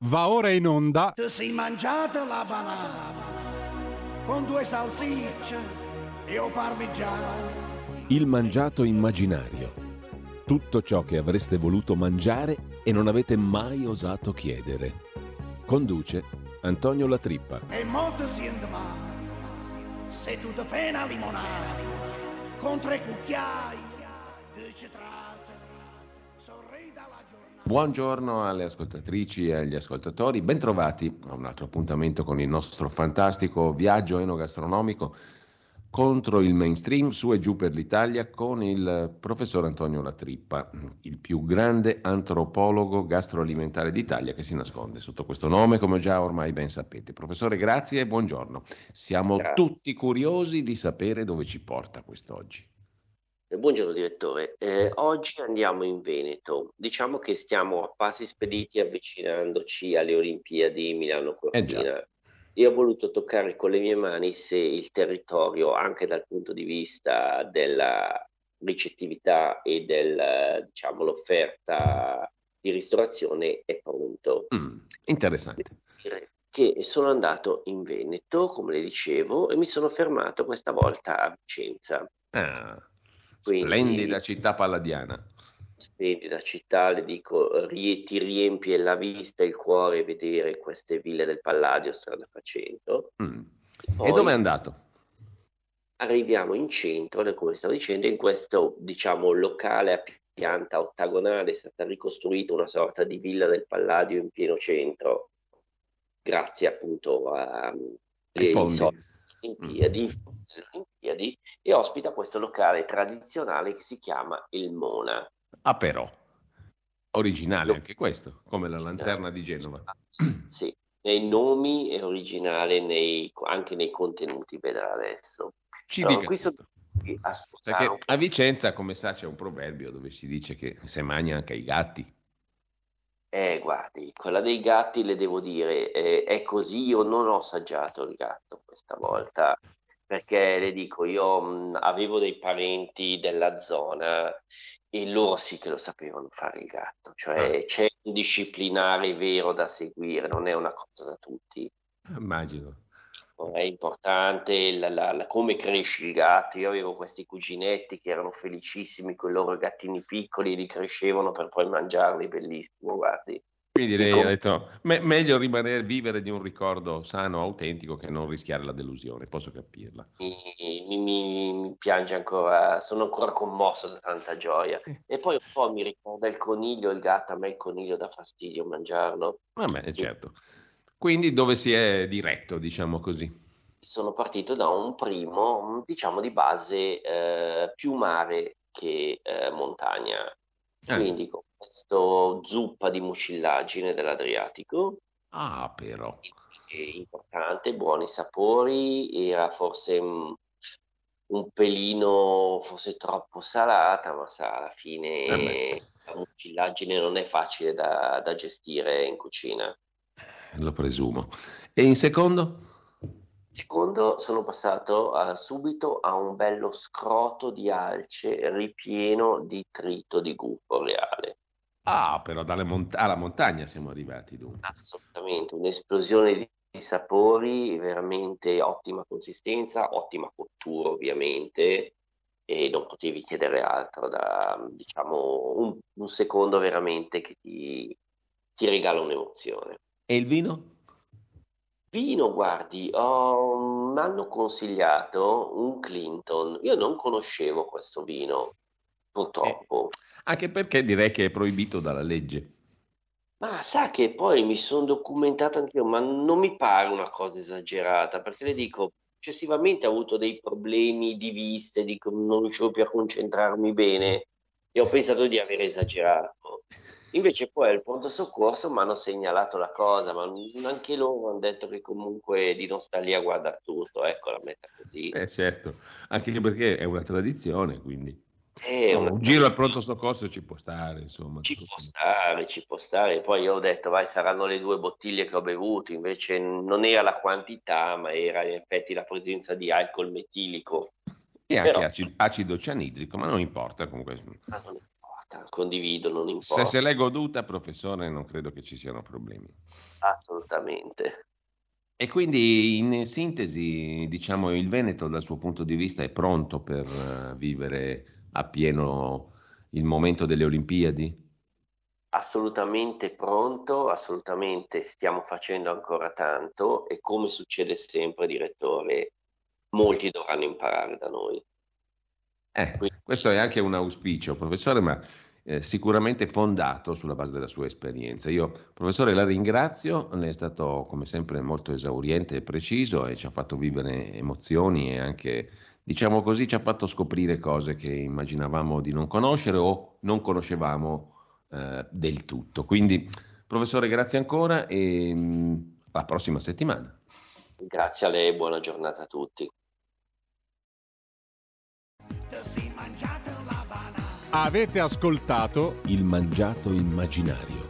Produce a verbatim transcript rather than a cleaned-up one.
Va ora in onda. Ti sei mangiata la banana con due salsicce e o parmigiano. Il mangiato immaginario. Tutto ciò che avreste voluto mangiare e non avete mai osato chiedere. Conduce Antonio Latrippa. E molto siete male se tu ti fai una limonata con tre cucchiai di citrato. Sorrida la giornata. Buongiorno alle ascoltatrici e agli ascoltatori, bentrovati a un altro appuntamento con il nostro fantastico viaggio enogastronomico contro il mainstream, su e giù per l'Italia, con il professor Antonio Latrippa, il più grande antropologo gastroalimentare d'Italia che si nasconde sotto questo nome, come già ormai ben sapete. Professore, grazie e buongiorno. Siamo Grazie. tutti curiosi di sapere dove ci porta quest'oggi. Buongiorno direttore, eh, oggi andiamo in Veneto, diciamo che stiamo a passi spediti avvicinandoci alle Olimpiadi Milano-Cortina. Eh Io ho voluto toccare con le mie mani se il territorio, anche dal punto di vista della ricettività e del, diciamo, l'offerta di ristorazione è pronto. Mm, interessante. Che sono andato in Veneto, come le dicevo, e mi sono fermato questa volta a Vicenza. Ah. Quindi, Splendida città palladiana. Splendida città, le dico, rie- ti riempie la vista e il cuore vedere queste ville del Palladio strada facendo. Mm. Poi E dove è andato? arriviamo in centro, come stavo dicendo, in questo, diciamo, locale a pianta ottagonale, è stata ricostruita una sorta di villa del Palladio in pieno centro, grazie appunto a Ai fondi. soldi Olimpiadi, delle Olimpiadi, e ospita questo locale tradizionale che si chiama il Mona. Ah, però. Originale No. anche questo, come la lanterna di Genova. Sì, nei nomi è originale, nei, anche nei contenuti, vedrà adesso. Ci Allora, dica qui sono tutto. qui a sposare Perché a Vicenza, come sa, c'è un proverbio dove si dice che se mangia anche i gatti. Eh, guardi, quella dei gatti le devo dire, eh, è così, io non ho assaggiato il gatto questa volta, perché le dico, io mh, avevo dei parenti della zona e loro sì che lo sapevano fare il gatto, cioè Ah. c'è un disciplinare vero da seguire, non è una cosa da tutti. Immagino. È importante la- la- la- come cresce il gatto. Io avevo questi cuginetti che erano felicissimi con i loro gattini piccoli, li crescevano per poi mangiarli, bellissimo, guardi. Quindi lei Dico, ha detto, me- meglio rimanere, vivere di un ricordo sano, autentico, che non rischiare la delusione, posso capirla. mi, mi- mi- mi piange ancora, sono ancora commosso da tanta gioia. E poi un po' mi ricorda il coniglio, il gatto, a me il coniglio dà fastidio mangiarlo. Vabbè, certo. Quindi dove si è diretto, diciamo così. Sono partito da un primo, diciamo di base, eh, più mare che eh, montagna. Ah. Quindi con questo zuppa di mucillagine dell'Adriatico, Ah, però. è importante, buoni sapori, era forse mm, un pelino, forse troppo salata, ma sa, alla Eh fine la mucillagine non è facile da, da gestire in cucina. Lo presumo. E in secondo? Secondo, sono passato eh, subito a un bello scroto di alce ripieno di trito di gufo reale. Ah, però dalle mont- alla montagna siamo arrivati dunque. Assolutamente, un'esplosione di, di sapori, veramente ottima consistenza, ottima cottura ovviamente, e non potevi chiedere altro da, diciamo, un, un secondo veramente che ti, ti regala un'emozione. E il vino? Vino, guardi, ho- mi hanno consigliato un Clinton. Io non conoscevo questo vino, purtroppo. Anche perché direi che è proibito dalla legge. Ma sa che poi mi sono documentato anch'io, ma non mi pare una cosa esagerata, perché le dico, successivamente ho avuto dei problemi di viste, dico, non riuscivo più a concentrarmi bene e ho pensato di aver esagerato. Invece poi al pronto soccorso mi hanno segnalato la cosa, ma anche loro hanno detto che comunque di non stare lì a guardare tutto, ecco, la metta così. Eh certo, anche perché è una tradizione, quindi. È No, una un giro al pronto soccorso ci può stare, insomma. Ci può stare, ci può stare. Poi io ho detto, vai, saranno le due bottiglie che ho bevuto, invece non era la quantità, ma era in effetti la presenza di alcol metilico. E anche Però acido, acido cianidrico, ma non importa comunque. ma non importa. basta, condivido, non Se importa. se l'è goduta, professore, non credo che ci siano problemi. Assolutamente. E quindi in sintesi, diciamo, il Veneto dal suo punto di vista è pronto per eh, vivere appieno il momento delle Olimpiadi? Assolutamente pronto, assolutamente stiamo facendo ancora tanto e come succede sempre, direttore, molti dovranno imparare da noi. Eh, Quindi, questo è anche un auspicio, professore, ma eh, sicuramente fondato sulla base della sua esperienza. Io, professore, la ringrazio, lei è stato come sempre molto esauriente e preciso e ci ha fatto vivere emozioni e anche, diciamo così, ci ha fatto scoprire cose che immaginavamo di non conoscere o non conoscevamo eh, del tutto. Quindi, professore, grazie ancora e mh, alla prossima settimana. grazie a lei, buona giornata a tutti. Avete ascoltato Il mangiato immaginario.